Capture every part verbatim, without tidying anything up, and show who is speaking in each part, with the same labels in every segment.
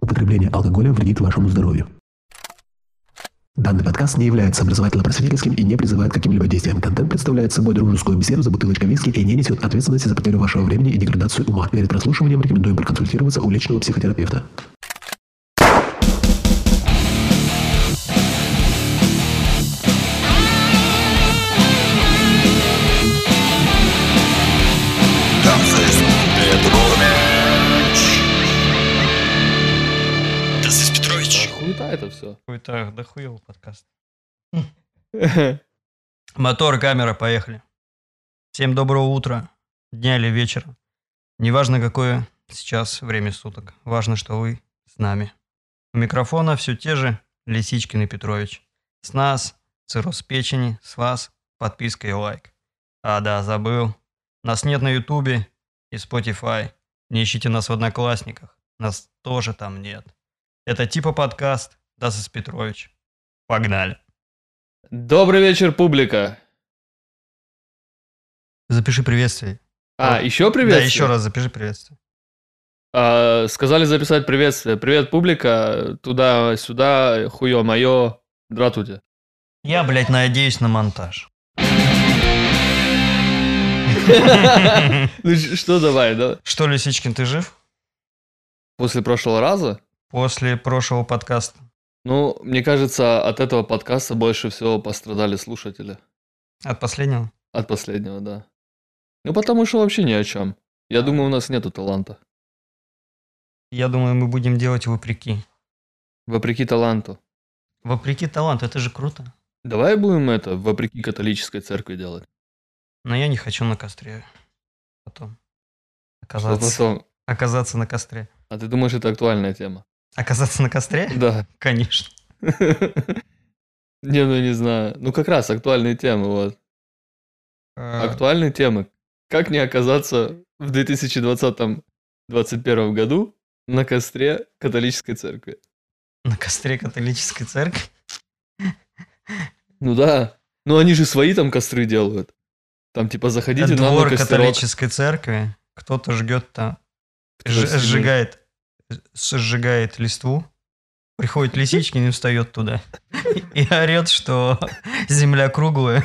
Speaker 1: Употребление алкоголя вредит вашему здоровью. Данный подкаст не является образовательно-просветительским и не призывает к каким-либо действиям. Контент представляет собой дружескую беседу за бутылочкой виски и не несет ответственности за потерю вашего времени и деградацию ума. Перед прослушиванием рекомендуем проконсультироваться у личного психотерапевта.
Speaker 2: Это все.
Speaker 3: Какой-то дохуевый подкаст. Мотор, камера, поехали. Всем доброго утра, дня или вечера. Неважно, какое сейчас время суток. Важно, что вы с нами. У микрофона все те же Лисичкин и Петрович. С нас цирроз печени, с вас подписка и лайк. А да, забыл. Нас нет на Ютубе и Spotify. Не ищите нас в Одноклассниках. Нас тоже там нет. Это типа подкаст Дасис Петрович. Погнали.
Speaker 2: Добрый вечер, публика.
Speaker 3: Запиши приветствие.
Speaker 2: А, еще приветствие?
Speaker 3: Да, еще раз запиши приветствие.
Speaker 2: А, сказали записать приветствие. Привет, публика. Туда-сюда, хуё моё. Здравствуйте.
Speaker 3: Я, блядь, надеюсь на монтаж.
Speaker 2: Ну что, давай, да?
Speaker 3: Что, Лисичкин, ты жив?
Speaker 2: После прошлого раза?
Speaker 3: После прошлого подкаста.
Speaker 2: Ну, мне кажется, от этого подкаста больше всего пострадали слушатели.
Speaker 3: От последнего?
Speaker 2: От последнего, да. Ну, потому что вообще ни о чем. Я думаю, у нас нету таланта.
Speaker 3: Я думаю, мы будем делать вопреки.
Speaker 2: Вопреки таланту.
Speaker 3: Вопреки таланту, это же круто.
Speaker 2: Давай будем это вопреки католической церкви делать.
Speaker 3: Но я не хочу на костре. Потом. Оказаться,
Speaker 2: Что потом?
Speaker 3: Оказаться на костре.
Speaker 2: А ты думаешь, это актуальная тема?
Speaker 3: Оказаться на костре?
Speaker 2: Да.
Speaker 3: Конечно.
Speaker 2: Не, ну не знаю. Ну как раз актуальные темы, вот. Актуальные темы. Как не оказаться в две тысячи двадцатом — двадцать первом году на костре католической церкви?
Speaker 3: На костре католической церкви?
Speaker 2: Ну да. Ну они же свои там костры делают. Там типа заходите на
Speaker 3: двор
Speaker 2: костерок.
Speaker 3: католической церкви. Кто-то жгет там. Ж- сжигает. Сжигает листву. Приходит Лисичкин и встает туда. И орет, что земля круглая.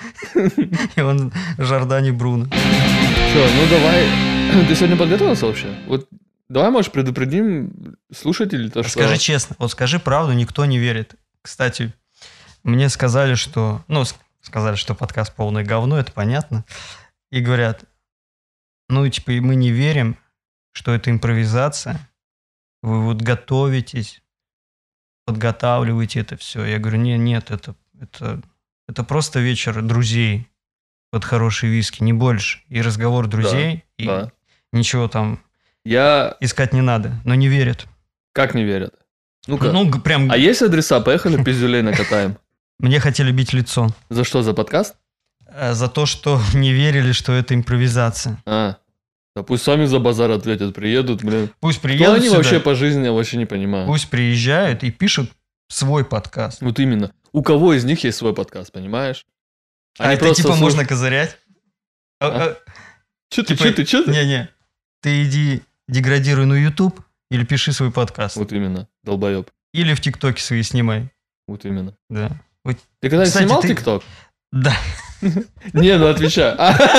Speaker 3: И он Жордани Бруно.
Speaker 2: Все, ну давай. Ты сегодня подготовился вообще? Вот давай, может, предупредим слушателей, то, что...
Speaker 3: Скажи честно, вот скажи правду, никто не верит. Кстати, мне сказали, что... Ну, сказали, что подкаст полное говно, это понятно. И говорят, ну, типа, мы не верим, что это импровизация. Вы вот готовитесь, подготавливаете это все. Я говорю, нет, нет, это, это, это просто вечер друзей под хороший виски, не больше. И разговор друзей,
Speaker 2: да,
Speaker 3: и
Speaker 2: да.
Speaker 3: Ничего там
Speaker 2: Я...
Speaker 3: искать не надо. Но не верят.
Speaker 2: Как не верят? Ну-ка.
Speaker 3: Ну, прям...
Speaker 2: А есть адреса? Поехали, пиздюлей накатаем.
Speaker 3: Мне хотели бить лицо.
Speaker 2: За что, за подкаст?
Speaker 3: За то, что не верили, что это импровизация.
Speaker 2: А, да пусть сами за базар ответят, приедут, блин.
Speaker 3: Пусть
Speaker 2: Кто
Speaker 3: приедут
Speaker 2: они
Speaker 3: сюда,
Speaker 2: вообще по жизни, я вообще не понимаю.
Speaker 3: Пусть приезжают и пишут свой подкаст.
Speaker 2: Вот именно. У кого из них есть свой подкаст, понимаешь?
Speaker 3: А это типа
Speaker 2: слуш...
Speaker 3: можно козырять?
Speaker 2: А? Че ты,
Speaker 3: типа,
Speaker 2: че ты, че ты?
Speaker 3: Не-не, ты иди деградируй на YouTube или пиши свой подкаст.
Speaker 2: Вот именно, долбоеб.
Speaker 3: Или в ТикТоке свои снимай.
Speaker 2: Вот именно.
Speaker 3: Да. Вот.
Speaker 2: Ты когда
Speaker 3: Кстати,
Speaker 2: снимал
Speaker 3: ты...
Speaker 2: ТикТок?
Speaker 3: Да.
Speaker 2: Не, ну отвечай.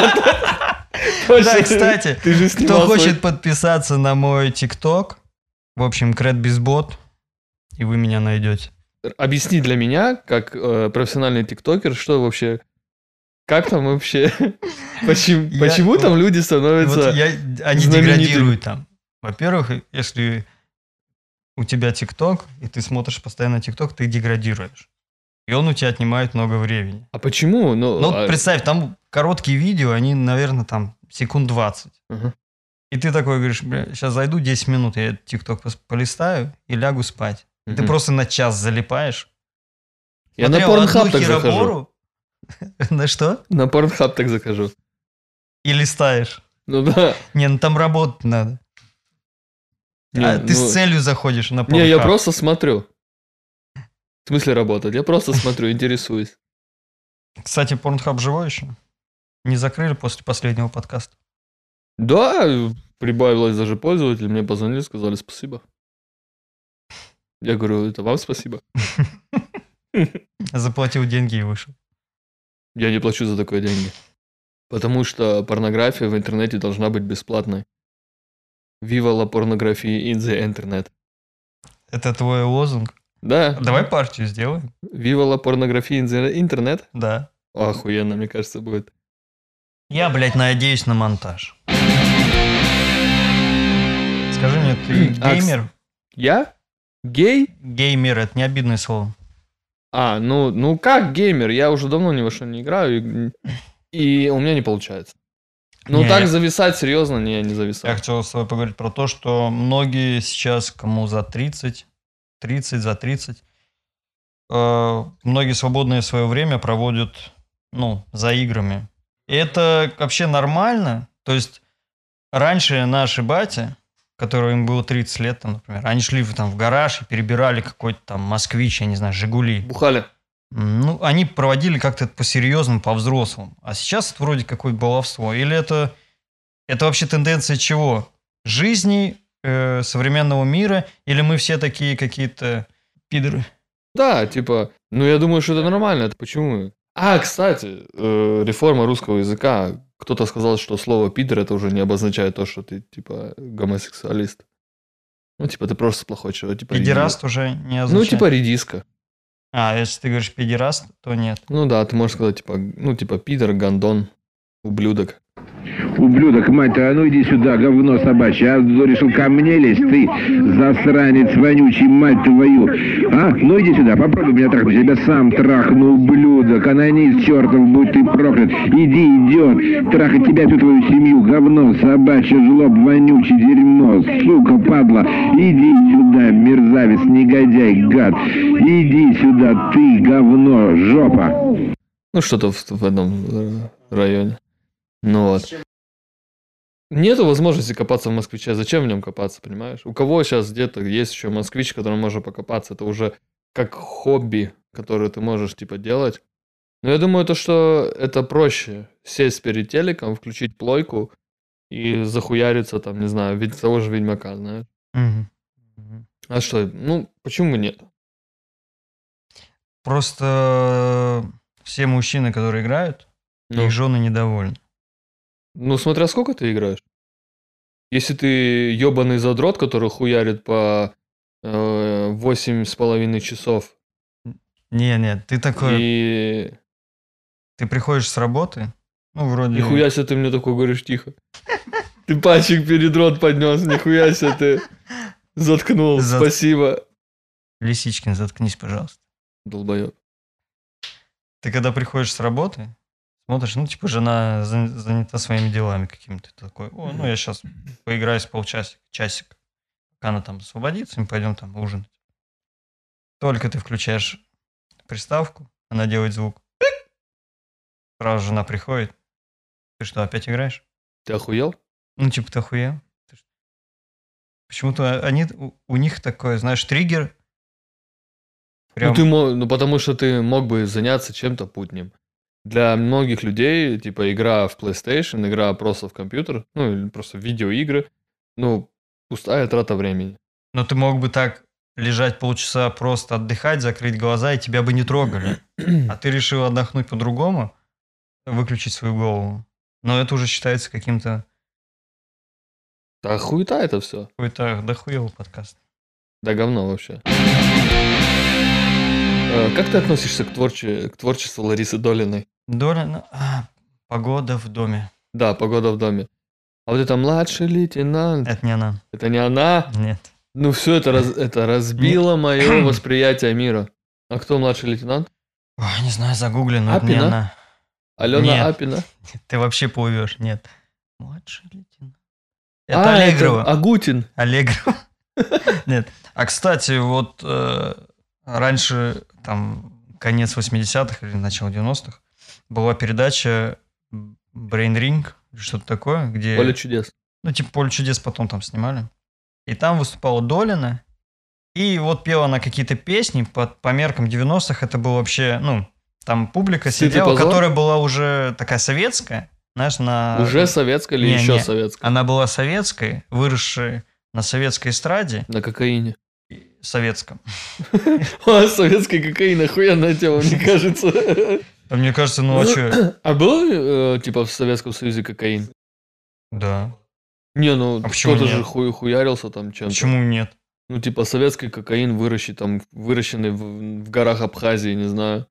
Speaker 3: Да, кстати,
Speaker 2: ты же
Speaker 3: кто хочет подписаться на мой ТикТок, в общем, Крэдбизбот, и вы меня найдете.
Speaker 2: Объясни для меня, как э, профессиональный тиктокер, что вообще, как там вообще, почему,
Speaker 3: Я,
Speaker 2: почему
Speaker 3: вот,
Speaker 2: там люди становятся
Speaker 3: вот я, они деградируют там. Во-первых, если у тебя ТикТок, и ты смотришь постоянно ТикТок, ты деградируешь. И он у тебя отнимает много времени.
Speaker 2: А почему? Ну,
Speaker 3: ну
Speaker 2: а...
Speaker 3: представь, там короткие видео, они, наверное, там секунд двадцать.
Speaker 2: Uh-huh.
Speaker 3: И ты такой говоришь, бля, сейчас зайду десять минут, я ТикТок полистаю и лягу спать. Uh-huh. Ты просто на час залипаешь.
Speaker 2: Я на Порнхаб так захожу.
Speaker 3: На что?
Speaker 2: На Порнхаб так захожу.
Speaker 3: И листаешь.
Speaker 2: Ну да.
Speaker 3: Не, ну там работать надо. Не, а ну... ты с целью заходишь на Порнхаб.
Speaker 2: Не, я просто смотрю. В смысле работать? Я просто смотрю, интересуюсь.
Speaker 3: Кстати, Порнхаб живой еще? Не закрыли после последнего подкаста?
Speaker 2: Да, прибавилось даже пользователей. Мне позвонили, сказали спасибо. Я говорю, это вам спасибо.
Speaker 3: Заплатил деньги и вышел.
Speaker 2: Я не плачу за такое деньги. Потому что порнография в интернете должна быть бесплатной. Viva la pornografia in the internet.
Speaker 3: Это твой лозунг?
Speaker 2: Да.
Speaker 3: Давай партию сделаем.
Speaker 2: Viva la pornografia in the internet?
Speaker 3: Да.
Speaker 2: Охуенно, мне кажется, будет.
Speaker 3: Я, блядь, надеюсь на монтаж. Скажи мне, ты геймер?
Speaker 2: Я? Гей?
Speaker 3: Геймер, это не обидное слово.
Speaker 2: А, ну, ну как геймер? Я уже давно ни во что не играю, и, и у меня не получается. Ну
Speaker 3: Не,
Speaker 2: так
Speaker 3: я-
Speaker 2: зависать серьезно, не, я не
Speaker 3: Я
Speaker 2: зависаю.
Speaker 3: хотел с тобой поговорить про то, что многие сейчас, кому за тридцать, тридцать, за тридцать, э, многие свободное свое время проводят, ну, за играми. И это вообще нормально. То есть раньше наши бати, которым им было тридцать лет, там, например, они шли в, там, в гараж и перебирали какой-то там москвич, я не знаю, Жигули.
Speaker 2: Бухали.
Speaker 3: Ну, они проводили как-то это по-серьезному, по-взрослому. А сейчас это вроде какое-то баловство. Или это, это вообще тенденция чего? Жизни э, современного мира? Или мы все такие какие-то пидоры?
Speaker 2: Да, типа, ну я думаю, что это нормально, это почему? А, кстати, э, реформа русского языка. Кто-то сказал, что слово пидор это уже не обозначает то, что ты, типа, гомосексуалист. Ну, типа, ты просто плохой человек. Типа,
Speaker 3: Педераст уже не
Speaker 2: редис-
Speaker 3: означает.
Speaker 2: Ну, типа, редиска.
Speaker 3: А, если ты говоришь педераст, то нет.
Speaker 2: Ну да, ты можешь сказать, типа, ну, типа, пидор, гондон, ублюдок.
Speaker 4: Ублюдок, мать твою, а ну иди сюда, говно собачье. А решил ко мне лезть, ты засранец вонючий, мать твою. А, ну иди сюда, попробуй меня трахнуть. Я тебя сам трахну, ублюдок. Анонист чертов, будь ты проклят. Иди, идиот, трахать тебя, всю твою семью. Говно собачье, жлоб, вонючий, дерьмо, сука, падла. Иди сюда, мерзавец, негодяй, гад. Иди сюда, ты, говно, жопа.
Speaker 2: Ну, что-то в, в этом э, районе. Ну вот. Нету возможности копаться в москвиче. Зачем в нем копаться, понимаешь? У кого сейчас где-то есть еще москвич, которым можно покопаться? Это уже как хобби, которое ты можешь, типа, делать. Но я думаю, то, что это проще. Сесть перед телеком, включить плойку и захуяриться там, не знаю, ведь того же Ведьмака, знаешь?
Speaker 3: Мгм. Мгм.
Speaker 2: А что? Ну, почему бы нет?
Speaker 3: Просто все мужчины, которые играют,
Speaker 2: Ну.
Speaker 3: их жены недовольны.
Speaker 2: Ну, смотря сколько ты играешь. Если ты ебаный задрот, который хуярит по э, восемь с половиной часов,
Speaker 3: Не, нет, ты такой,
Speaker 2: и
Speaker 3: ты приходишь с работы, ну, вроде...
Speaker 2: нихуя себе ты мне такой говоришь тихо. Ты пальчик перед рот поднес, нихуя себе ты заткнул,
Speaker 3: Зат-
Speaker 2: спасибо.
Speaker 3: Лисичкин, заткнись, пожалуйста.
Speaker 2: Долбоеб.
Speaker 3: Ты когда приходишь с работы, смотришь, ну, типа, жена за- занята своими делами какими-то. Ты такой, о, ну, я сейчас поиграю с полчасика, часик. Пока она там освободится, мы пойдем там ужинать. Только ты включаешь приставку, она делает звук. Пик! Сразу жена приходит. Ты что, опять играешь?
Speaker 2: Ты охуел?
Speaker 3: Ну, типа, ты охуел? Ты ш- Почему-то они, у, у них такой, знаешь, триггер. Прям...
Speaker 2: Ну, ты мо- ну, потому что ты мог бы заняться чем-то путним. Для многих людей, типа, игра в PlayStation, игра просто в компьютер, ну, или просто видеоигры, ну, пустая трата времени.
Speaker 3: Но ты мог бы так лежать полчаса, просто отдыхать, закрыть глаза, и тебя бы не трогали. А ты решил отдохнуть по-другому, выключить свою голову. Но это уже считается каким-то
Speaker 2: Да хуета это все.
Speaker 3: какой-то дохуевый подкаст.
Speaker 2: Да говно вообще. Э, Как ты относишься к, творче- к творчеству Ларисы Долиной?
Speaker 3: Доля... ну, а, погода в доме.
Speaker 2: Да, «Погода в доме». А вот это «Младший лейтенант»,
Speaker 3: Это не она.
Speaker 2: это не она?
Speaker 3: Нет.
Speaker 2: Ну все, это, раз- это разбило мое восприятие мира. А кто «Младший лейтенант»?
Speaker 3: Ой, не знаю, загугли, но это не
Speaker 2: Апина?
Speaker 3: она.
Speaker 2: Алена
Speaker 3: Нет.
Speaker 2: Апина?
Speaker 3: Ты вообще плывешь. Нет. Младший лейтенант. Это
Speaker 2: А,
Speaker 3: Аллегрова.
Speaker 2: Агутин.
Speaker 3: Аллегрова. Нет. А, кстати, вот э, раньше, там, конец восьмидесятых или начало девяностых, была передача Brain Ring, или что-то такое, где...
Speaker 2: Поле чудес.
Speaker 3: Ну, типа «Поле чудес» потом там снимали. И там выступала Долина. И вот пела она какие-то песни. По, по меркам девяностых это было вообще... Ну, там публика
Speaker 2: Стыд и
Speaker 3: сидела,
Speaker 2: позор?
Speaker 3: которая была уже такая советская. Знаешь, на...
Speaker 2: Уже советская или
Speaker 3: Не,
Speaker 2: еще
Speaker 3: не.
Speaker 2: советская?
Speaker 3: Она была советской, выросшая на советской эстраде.
Speaker 2: На кокаине.
Speaker 3: И советском.
Speaker 2: А, советский кокаин, охуенная тема, мне кажется.
Speaker 3: А мне кажется, ну а что?
Speaker 2: А был, э, типа, в Советском Союзе кокаин?
Speaker 3: Да.
Speaker 2: Не, ну,
Speaker 3: А почему
Speaker 2: кто-то же
Speaker 3: нет?
Speaker 2: ху- хуярился там чем-то.
Speaker 3: Почему нет?
Speaker 2: Ну, типа, советский кокаин выращен, там, выращенный в, в горах Абхазии, не знаю.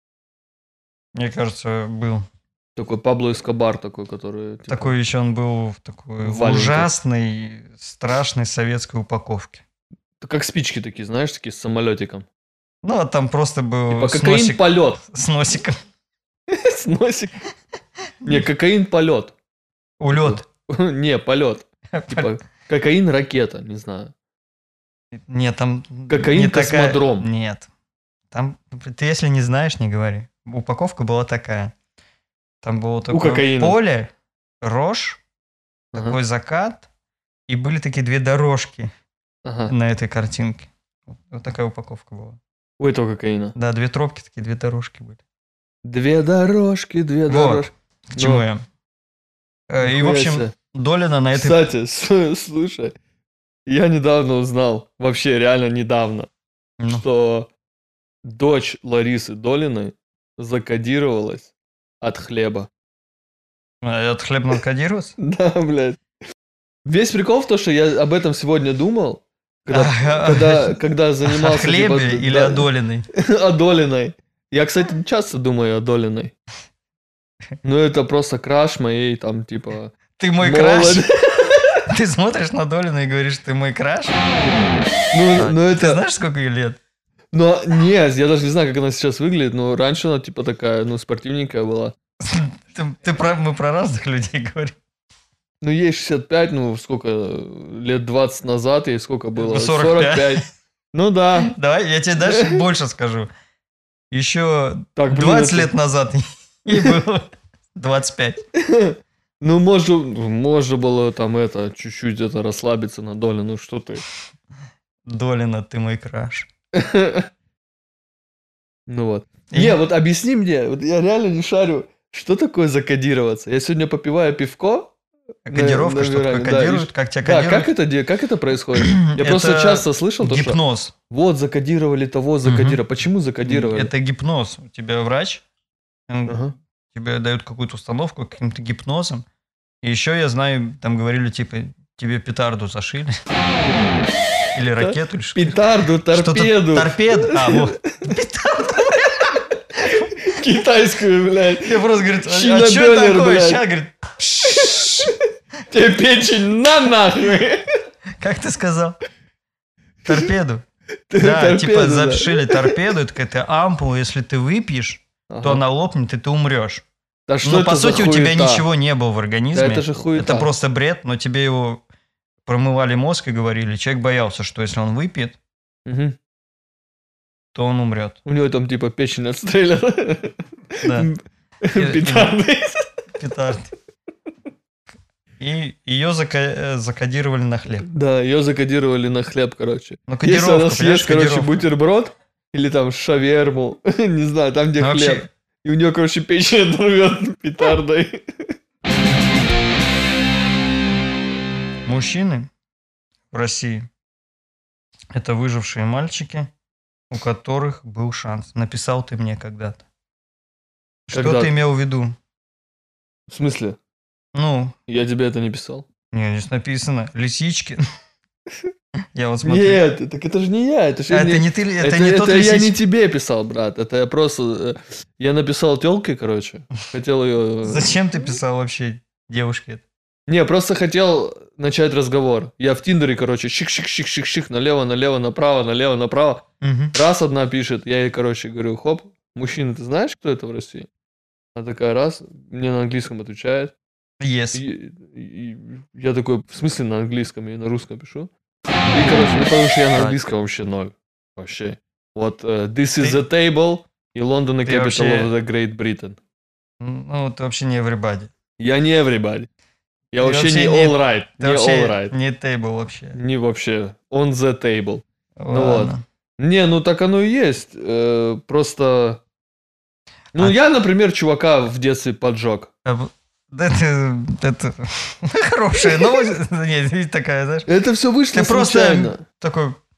Speaker 3: Мне кажется, был.
Speaker 2: Такой Пабло Эскобар такой, который... Типа,
Speaker 3: Такой еще он был в такой
Speaker 2: Валенках.
Speaker 3: ужасной, страшной советской упаковке.
Speaker 2: как спички такие, знаешь, такие с самолетиком.
Speaker 3: Ну, а там просто был
Speaker 2: Типа
Speaker 3: с,
Speaker 2: кокаин
Speaker 3: носик-
Speaker 2: полет.
Speaker 3: с носиком.
Speaker 2: С носиком. Не, кокаин полет.
Speaker 3: Улет.
Speaker 2: Не, полет. Типа кокаин ракета, не знаю.
Speaker 3: Нет, там...
Speaker 2: Кокаин
Speaker 3: не такая-
Speaker 2: космодром.
Speaker 3: Нет. Там, ты если не знаешь, не говори. Упаковка была такая. Там было такое
Speaker 2: кокаина.
Speaker 3: поле, рожь,
Speaker 2: Ага,
Speaker 3: такой закат, и были такие две дорожки
Speaker 2: ага.
Speaker 3: на этой картинке. Вот такая упаковка была.
Speaker 2: У этого кокаина.
Speaker 3: Да, две тропки, такие две дорожки были.
Speaker 2: Две дорожки, две
Speaker 3: Вот.
Speaker 2: дорожки.
Speaker 3: К чему
Speaker 2: Ну,
Speaker 3: я? Э, И, в
Speaker 2: нихуя
Speaker 3: общем,
Speaker 2: себе.
Speaker 3: Долина на этой...
Speaker 2: Кстати, с- слушай, я недавно узнал, вообще реально недавно,
Speaker 3: Ну,
Speaker 2: что дочь Ларисы Долиной закодировалась от хлеба.
Speaker 3: а от хлеба надо кодироваться?
Speaker 2: Да, блядь. Весь прикол в том, что я об этом сегодня думал, когда,
Speaker 3: Ага.
Speaker 2: когда, когда
Speaker 3: О
Speaker 2: занимался...
Speaker 3: хлебе
Speaker 2: типа,
Speaker 3: или
Speaker 2: да,
Speaker 3: о Долиной?
Speaker 2: о Долиной. Я, кстати, часто думаю о Долиной. Ну, это просто краш моей, там, типа...
Speaker 3: Ты мой
Speaker 2: молодости.
Speaker 3: краш? Ты смотришь на Долину и говоришь, ты мой краш?
Speaker 2: Ну, ну,
Speaker 3: Ты
Speaker 2: это...
Speaker 3: знаешь, сколько ей лет?
Speaker 2: Ну, нет, я даже не знаю, как она сейчас выглядит, но раньше она, типа, такая, ну, спортивненькая была.
Speaker 3: Ты, ты про, мы про разных людей говорим.
Speaker 2: Ну, ей шестьдесят пять, ну, сколько, лет двадцать назад ей сколько было?
Speaker 3: сорок пять.
Speaker 2: Ну, да.
Speaker 3: Давай, я тебе дальше больше скажу. Еще
Speaker 2: Так, блин,
Speaker 3: двадцать
Speaker 2: это-
Speaker 3: лет назад ей было двадцать пять.
Speaker 2: Ну, можно, можно было там это, чуть-чуть это расслабиться на доле, ну, что ты.
Speaker 3: Долина, ты мой краш.
Speaker 2: Ну, вот.
Speaker 3: И-
Speaker 2: Не, вот объясни мне, вот я реально не шарю, что такое закодироваться? Я сегодня попиваю пивко.
Speaker 3: А
Speaker 2: на-
Speaker 3: Кодировка,
Speaker 2: на
Speaker 3: что такое
Speaker 2: веранде, да,
Speaker 3: кодируют?
Speaker 2: и-
Speaker 3: Как тебя
Speaker 2: Да,
Speaker 3: кодируют?
Speaker 2: как это, де- как это происходит? Я просто
Speaker 3: Это
Speaker 2: часто слышал, то, что
Speaker 3: Гипноз.
Speaker 2: вот закодировали того, закодировали. Почему закодировали?
Speaker 3: Это гипноз. У тебя врач, он-
Speaker 2: Ага.
Speaker 3: тебе дают какую-то установку каким-то гипнозом. И еще я знаю, там говорили, типа, тебе петарду зашили. Или ракету, или что-то.
Speaker 2: Петарду,
Speaker 3: Что-то-
Speaker 2: торпеду.
Speaker 3: Торпеду. А, вот.
Speaker 2: Китайскую, блядь.
Speaker 3: Я просто, говорит, а
Speaker 2: Щина
Speaker 3: что
Speaker 2: Бёллер,
Speaker 3: такое?
Speaker 2: блядь.
Speaker 3: Сейчас, говорит,
Speaker 2: Тебе печень на нахуй.
Speaker 3: как ты сказал? Торпеду.
Speaker 2: Торпеду,
Speaker 3: Да, типа
Speaker 2: да.
Speaker 3: зашили торпеду, это какая-то ампула, если ты выпьешь, то
Speaker 2: Ага.
Speaker 3: она лопнет, и ты умрешь.
Speaker 2: Да что
Speaker 3: Но
Speaker 2: это
Speaker 3: по
Speaker 2: за
Speaker 3: сути у тебя
Speaker 2: хуета?
Speaker 3: ничего не было в организме.
Speaker 2: Да это же хуета.
Speaker 3: Это просто бред, но тебе его промывали мозг и говорили, человек боялся, что если он выпьет,
Speaker 2: Мгм.
Speaker 3: то он умрет.
Speaker 2: У него там типа печень отстреляна.
Speaker 3: Да.
Speaker 2: Петарды.
Speaker 3: Петард. И ее зака- закодировали на хлеб.
Speaker 2: Да, ее закодировали на хлеб, короче.
Speaker 3: Ну,
Speaker 2: Если
Speaker 3: кодировка,
Speaker 2: она
Speaker 3: понимаешь,
Speaker 2: съест, короче,
Speaker 3: кодировка.
Speaker 2: бутерброд, или там шаверму, не знаю, там, где
Speaker 3: Ну,
Speaker 2: хлеб.
Speaker 3: вообще,
Speaker 2: И у нее, короче, печень оторвет петардой.
Speaker 3: мужчины в России — это выжившие мальчики, у которых был шанс. Написал ты мне когда-то. Что
Speaker 2: Когда?
Speaker 3: ты имел в виду?
Speaker 2: В смысле?
Speaker 3: Ну,
Speaker 2: Я тебе это не писал.
Speaker 3: не, здесь написано лисички. Я вот смотрю.
Speaker 2: Нет, так это же не я, это же
Speaker 3: А,
Speaker 2: не...
Speaker 3: это не ты, это,
Speaker 2: Это,
Speaker 3: не
Speaker 2: это
Speaker 3: тот
Speaker 2: я
Speaker 3: лисичка.
Speaker 2: не тебе писал, брат. Это я просто... э, Я написал телке, короче. Хотел ее...
Speaker 3: Зачем ты писал вообще девушке это?
Speaker 2: Не, просто хотел начать разговор. Я в Тиндере, короче, щик-щик-щик-щик-щик, налево, налево, направо, налево, направо.
Speaker 3: Мгм.
Speaker 2: Раз одна пишет, я ей, короче, говорю, хоп, мужчина, ты знаешь, кто это в России? Она такая, раз, мне на английском отвечает.
Speaker 3: Yes.
Speaker 2: И, и я такой, в смысле на английском? Я на русском пишу. И, короче, ну, потому что я на
Speaker 3: Так.
Speaker 2: английском вообще ноль. Вообще. Вот, э, this is the table, и London the
Speaker 3: ты
Speaker 2: capital
Speaker 3: вообще-
Speaker 2: of the Great Britain.
Speaker 3: Ну, ты вообще не everybody.
Speaker 2: Я не everybody. Я
Speaker 3: Ты
Speaker 2: вообще,
Speaker 3: вообще
Speaker 2: не
Speaker 3: не-
Speaker 2: all right.
Speaker 3: Ты
Speaker 2: Не
Speaker 3: вообще
Speaker 2: all right.
Speaker 3: не table вообще.
Speaker 2: Не вообще. On the table.
Speaker 3: Ладно.
Speaker 2: Не, ну так оно и есть. Э, просто... Ну,
Speaker 3: А-
Speaker 2: я, например, чувака в детстве поджег.
Speaker 3: А в- да Это, это хорошая новость. Нет, есть такая, знаешь.
Speaker 2: Это все вышло
Speaker 3: Ты просто
Speaker 2: случайно.
Speaker 3: такой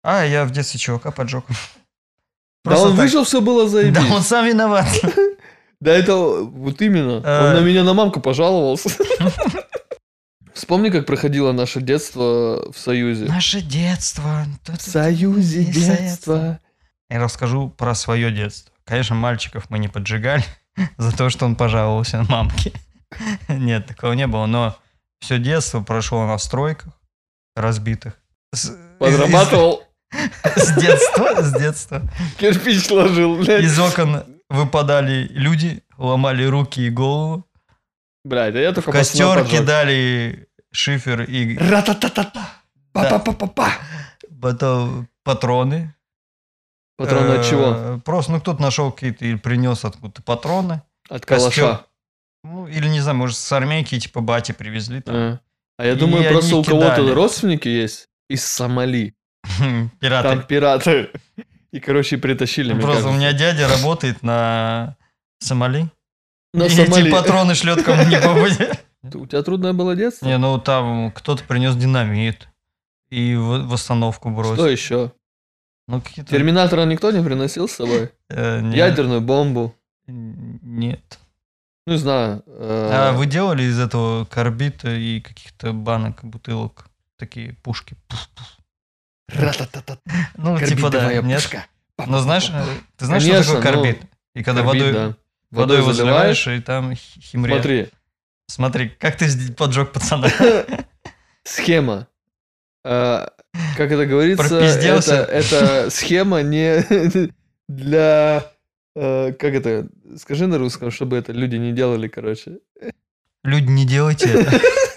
Speaker 3: А, я в детстве чувака поджег.
Speaker 2: Да он выжил, все было заебись.
Speaker 3: Да он сам виноват.
Speaker 2: Да это вот именно. Он
Speaker 3: А.
Speaker 2: на меня на мамку пожаловался. Вспомни, как проходило наше детство в Союзе.
Speaker 3: Наше детство.
Speaker 2: В Союзе детство.
Speaker 3: Я расскажу про свое детство. Конечно, мальчиков мы не поджигали за то, что он пожаловался мамке. Нет, такого не было, но все детство прошло на стройках разбитых. С-
Speaker 2: Подрабатывал,
Speaker 3: С детства, с детства.
Speaker 2: кирпич ложил, блядь.
Speaker 3: Из окон выпадали люди, ломали руки и голову.
Speaker 2: Блядь, да я
Speaker 3: В
Speaker 2: только
Speaker 3: костер
Speaker 2: пацана поджег.
Speaker 3: кидали шифер и
Speaker 2: Ра-та-та-та-та. Па-па-па-па-па.
Speaker 3: потом патроны.
Speaker 2: Патроны от чего?
Speaker 3: Э, Просто, ну, кто-то нашел какие-то или принес откуда-то патроны.
Speaker 2: От
Speaker 3: костер.
Speaker 2: калаша.
Speaker 3: Ну, или, не знаю, может, с армейки, типа, бати привезли там.
Speaker 2: А А я
Speaker 3: И
Speaker 2: думаю,
Speaker 3: они
Speaker 2: просто у кого-то
Speaker 3: кидали.
Speaker 2: родственники есть из Сомали.
Speaker 3: Пираты.
Speaker 2: Там пираты. И, короче, притащили,
Speaker 3: Ну,
Speaker 2: мне
Speaker 3: Просто у
Speaker 2: кажется.
Speaker 3: меня дядя работает на Сомали.
Speaker 2: На
Speaker 3: И
Speaker 2: Сомали.
Speaker 3: эти патроны шлет кому не попадет.
Speaker 2: У тебя трудное было детство?
Speaker 3: Не, ну там кто-то принес динамит и в в остановку бросил.
Speaker 2: Что еще?
Speaker 3: Ну, какие-то...
Speaker 2: Терминатора никто не приносил с собой?
Speaker 3: э, не-
Speaker 2: Ядерную бомбу?
Speaker 3: Нет.
Speaker 2: Ну, не знаю. э,
Speaker 3: А вы делали из этого карбита и каких-то банок, бутылок, такие пушки?
Speaker 2: ра-та-та-та.
Speaker 3: Ну, типа да,
Speaker 2: Карбидовая
Speaker 3: нет?
Speaker 2: пушка.
Speaker 3: Ну, знаешь, э, ты знаешь,
Speaker 2: Конечно,
Speaker 3: что такое
Speaker 2: ну,
Speaker 3: карбид? И когда
Speaker 2: Карбид,
Speaker 3: водой,
Speaker 2: да.
Speaker 3: водой его
Speaker 2: заливаешь.
Speaker 3: заливаешь, и там хи- химрия.
Speaker 2: Смотри,
Speaker 3: Смотри, как ты сд- поджег пацана.
Speaker 2: схема. Э, Как это говорится, это,
Speaker 3: Пропиздился?
Speaker 2: это схема не для... э, Как это? Скажи на русском, чтобы это люди не делали, короче.
Speaker 3: Люди, не делайте это.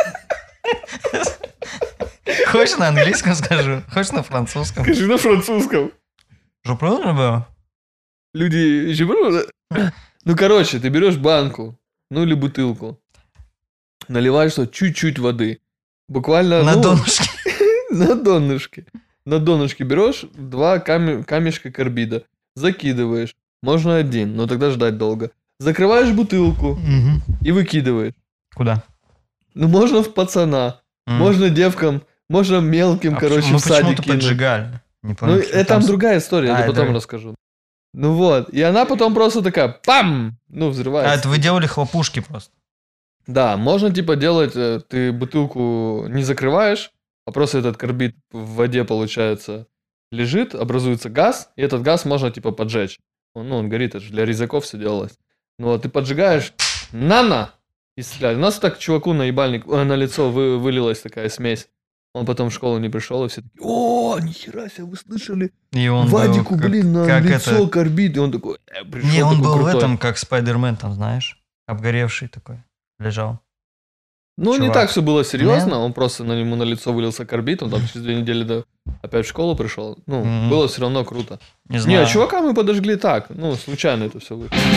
Speaker 3: Хочешь на английском скажу? Хочешь на французском?
Speaker 2: Скажи на французском.
Speaker 3: Же правильно было?
Speaker 2: Люди... Ну, короче, ты берешь банку, ну или бутылку, наливаешь туда чуть-чуть воды. Буквально...
Speaker 3: На
Speaker 2: ну,
Speaker 3: донышке.
Speaker 2: На донышке. На донышке берешь два каме- камешка карбида, закидываешь. Можно один, но тогда ждать долго. Закрываешь бутылку
Speaker 3: Мгм.
Speaker 2: и выкидываешь.
Speaker 3: Куда?
Speaker 2: Ну, можно в пацана,
Speaker 3: М.
Speaker 2: можно девкам, можно мелким,
Speaker 3: А
Speaker 2: короче,
Speaker 3: почему- ну,
Speaker 2: в садик
Speaker 3: почему-то
Speaker 2: кинуть.
Speaker 3: поджигали. Не
Speaker 2: Ну,
Speaker 3: помню, почему
Speaker 2: это там
Speaker 3: с-
Speaker 2: другая история, я
Speaker 3: А,
Speaker 2: тебе потом
Speaker 3: это-
Speaker 2: расскажу. Ну вот, и она потом просто такая, пам! Ну, взрывается.
Speaker 3: А, это вы делали хлопушки просто.
Speaker 2: Да, можно типа делать, э, ты бутылку не закрываешь, а просто этот карбид в воде, получается, лежит, образуется газ, и этот газ можно типа поджечь. Он, ну, он горит, это же для резаков все делалось. Ну вот, ты поджигаешь, на-на, и стреляешь. У нас так чуваку на ебальник, э, на лицо вы, вылилась такая смесь. Он потом в школу не пришел, и все такие, о, нихера себе, вы слышали?
Speaker 3: И он
Speaker 2: Вадику,
Speaker 3: был как-
Speaker 2: блин, на
Speaker 3: как
Speaker 2: лицо
Speaker 3: это-
Speaker 2: карбид, и он такой, э, пришел
Speaker 3: Не, он
Speaker 2: такой
Speaker 3: был в
Speaker 2: крутой.
Speaker 3: этом, как Спайдермен, там, знаешь, обгоревший такой, лежал.
Speaker 2: Ну, не
Speaker 3: чувак.
Speaker 2: так все было серьезно,
Speaker 3: Нет?
Speaker 2: он просто на нему на лицо вылился карбид, он там через две недели до... опять в школу пришел. Ну,
Speaker 3: Мгм.
Speaker 2: было все равно круто.
Speaker 3: Не знаю.
Speaker 2: Не, чувака мы подожгли так, ну, случайно это все вышло.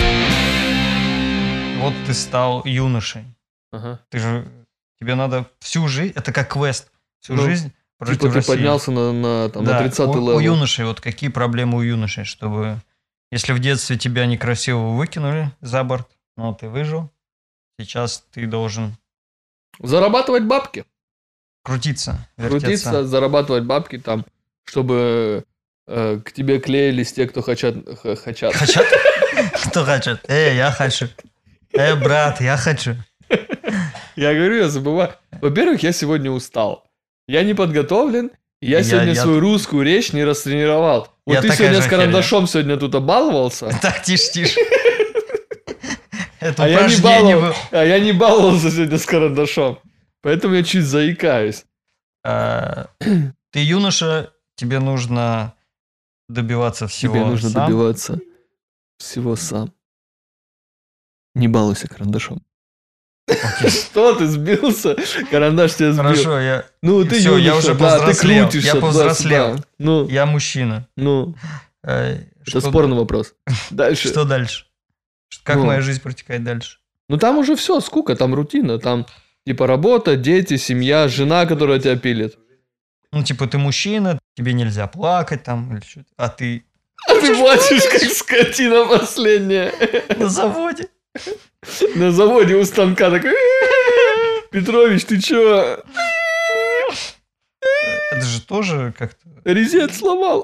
Speaker 3: Вот ты стал юношей.
Speaker 2: Ага.
Speaker 3: Ты же... Тебе надо всю жизнь... Это как квест. Всю
Speaker 2: Ну,
Speaker 3: жизнь прожить
Speaker 2: Типа
Speaker 3: в
Speaker 2: ты
Speaker 3: России.
Speaker 2: поднялся на, на, там, на
Speaker 3: Да,
Speaker 2: тридцатый
Speaker 3: у, у
Speaker 2: левел.
Speaker 3: юношей, вот какие проблемы у юношей, чтобы... Если в детстве тебя некрасиво выкинули за борт, но ты выжил, сейчас ты должен
Speaker 2: Зарабатывать бабки.
Speaker 3: крутиться, вертеться.
Speaker 2: Крутиться, зарабатывать бабки там, чтобы э, к тебе клеились те, кто хотят... х- хотят.
Speaker 3: Хотят? Кто хочет? Эй, я хочу. Эй, брат, я хочу.
Speaker 2: Я говорю, я забываю. Во-первых, я сегодня устал. Я не подготовлен. и Я,
Speaker 3: Я-
Speaker 2: сегодня
Speaker 3: я-
Speaker 2: свою русскую речь не растренировал. Вот
Speaker 3: Я
Speaker 2: ты
Speaker 3: такая
Speaker 2: сегодня
Speaker 3: же
Speaker 2: с карандашом сегодня тут обаловался,
Speaker 3: Так, тише, тише. Это
Speaker 2: а я, не
Speaker 3: упражнение
Speaker 2: баловал-
Speaker 3: было.
Speaker 2: а я не баловался сегодня с карандашом. Поэтому я чуть заикаюсь.
Speaker 3: А, Ты юноша, тебе нужно добиваться всего
Speaker 2: Тебе нужно
Speaker 3: сам.
Speaker 2: добиваться всего сам. Не балуйся карандашом.
Speaker 3: Окей.
Speaker 2: Что ты сбился? Карандаш тебя сбил.
Speaker 3: Хорошо, я,
Speaker 2: Ну, ты
Speaker 3: Всё, я
Speaker 2: юноша,
Speaker 3: уже
Speaker 2: да, ты
Speaker 3: повзрослел.
Speaker 2: крутишься.
Speaker 3: Я повзрослел.
Speaker 2: туда-сюда. Ну,
Speaker 3: я мужчина.
Speaker 2: ну,
Speaker 3: Э,
Speaker 2: это
Speaker 3: что-
Speaker 2: спорный вопрос. Дальше.
Speaker 3: Что дальше? Как
Speaker 2: Ну.
Speaker 3: моя жизнь протекает дальше?
Speaker 2: Ну там уже все, скука, там рутина, там типа работа, дети, семья, жена, которая тебя пилит.
Speaker 3: Ну, типа, ты мужчина, тебе нельзя плакать там, или что-то, а ты
Speaker 2: А ты плачешь, как скотина последняя.
Speaker 3: на заводе.
Speaker 2: На заводе у станка такой, Петрович, ты чё?
Speaker 3: Это же тоже как-то...
Speaker 2: Резет сломал.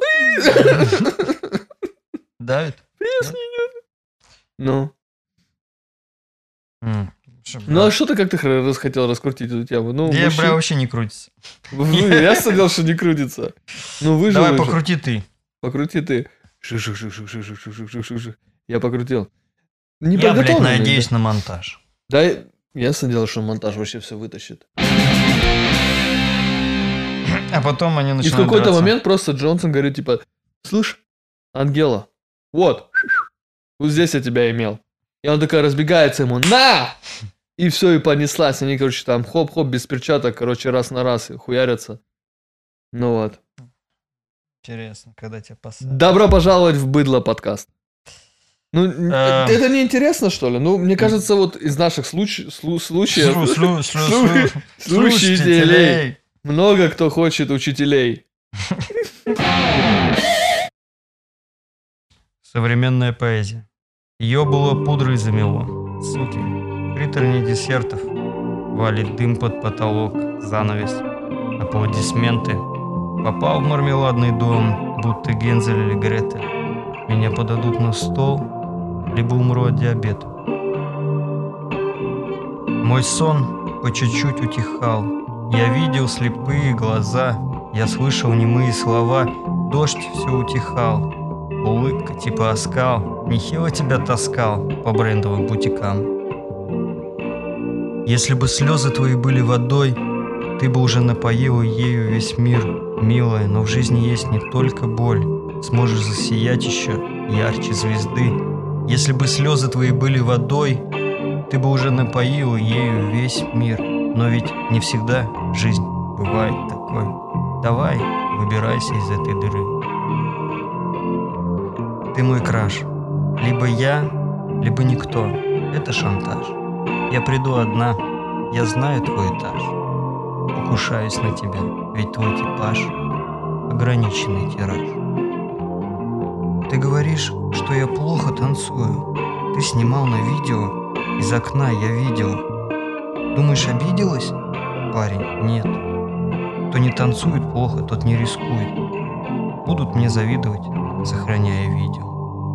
Speaker 3: Давит?
Speaker 2: Пресс не идет. Ну.
Speaker 3: М,
Speaker 2: Ну, а что ты как ты раз хотел раскрутить эту тему? Ну,
Speaker 3: Я,
Speaker 2: мужчин-
Speaker 3: бля, вообще не крутится.
Speaker 2: Ну, я сказал, что не крутится. Ну, выжил,
Speaker 3: Давай
Speaker 2: выжил.
Speaker 3: покрути ты.
Speaker 2: Покрути ты. Шик-шик-шик-шик-шик-шик-шик-шик-шик. Я покрутил. Не
Speaker 3: Я, блядь,
Speaker 2: подготовленный,
Speaker 3: надеюсь
Speaker 2: да?
Speaker 3: на монтаж.
Speaker 2: Да, ясно дело, что монтаж вообще все вытащит.
Speaker 3: А потом они
Speaker 2: И в
Speaker 3: начинают
Speaker 2: какой-то
Speaker 3: драться.
Speaker 2: момент просто Джонсон говорит, типа, слышь, Ангела, вот, вот здесь я тебя имел. И он такая разбегается ему, на! И все, и понеслась. Они, короче, там хоп-хоп, без перчаток, короче, раз на раз и хуярятся. Ну вот.
Speaker 3: Интересно, когда тебя посадят.
Speaker 2: Добро пожаловать в Быдло подкаст. Ну, н-
Speaker 3: Эм.
Speaker 2: это не интересно, что ли? Ну, мне кажется, вот из наших случ- слу- случаев...
Speaker 3: Слу- слу- слу-
Speaker 2: слу-
Speaker 3: слу-
Speaker 2: слушателей
Speaker 3: слушателей.
Speaker 2: много кто хочет учителей.
Speaker 3: Современная поэзия. Ее было пудрой замело. Суки. Приторни десертов. Валит дым под потолок. Занавес. Аплодисменты. Попал в мармеладный дом, будто Гензель или Гретель. Меня подадут на стол, либо умру от диабета. Мой сон по чуть-чуть утихал. Я видел слепые глаза. Я слышал немые слова. Дождь все утихал. Улыбка типа оскал. Нехило тебя таскал по брендовым бутикам. Если бы слезы твои были водой, ты бы уже напоила ею весь мир. Милая, но в жизни есть не только боль. Сможешь засиять еще ярче звезды. Если бы слезы твои были водой, ты бы уже напоила ею весь мир. Но ведь не всегда жизнь бывает такой. Давай, выбирайся из этой дыры. Ты мой краш. Либо я, либо никто. Это шантаж. Я приду одна. Я знаю твой этаж. Покушаюсь на тебя, ведь твой типаж — ограниченный тираж. Ты говоришь, что я плохо танцую. Ты снимал на видео. Из окна я видел. Думаешь, обиделась? Парень, нет. Кто не танцует плохо, тот не рискует. Будут мне завидовать, сохраняя видео.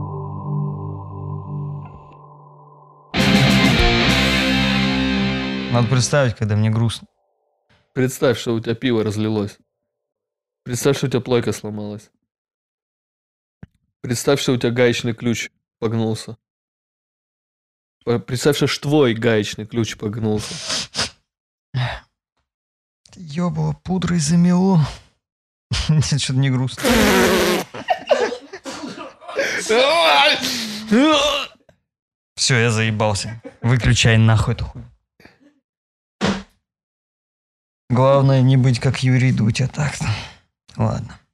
Speaker 3: Надо представить, когда мне грустно.
Speaker 2: Представь, что у тебя пиво разлилось. Представь, что у тебя плойка сломалась. Представь, что у тебя гаечный ключ погнулся. П- Представь, что ж твой гаечный ключ погнулся.
Speaker 3: Ёбало пудрой замело. Нет, что-то не грустно. Все, я заебался. Выключай нахуй эту хуйню. Главное не быть как Юрий Дудь, а так-то. Ладно.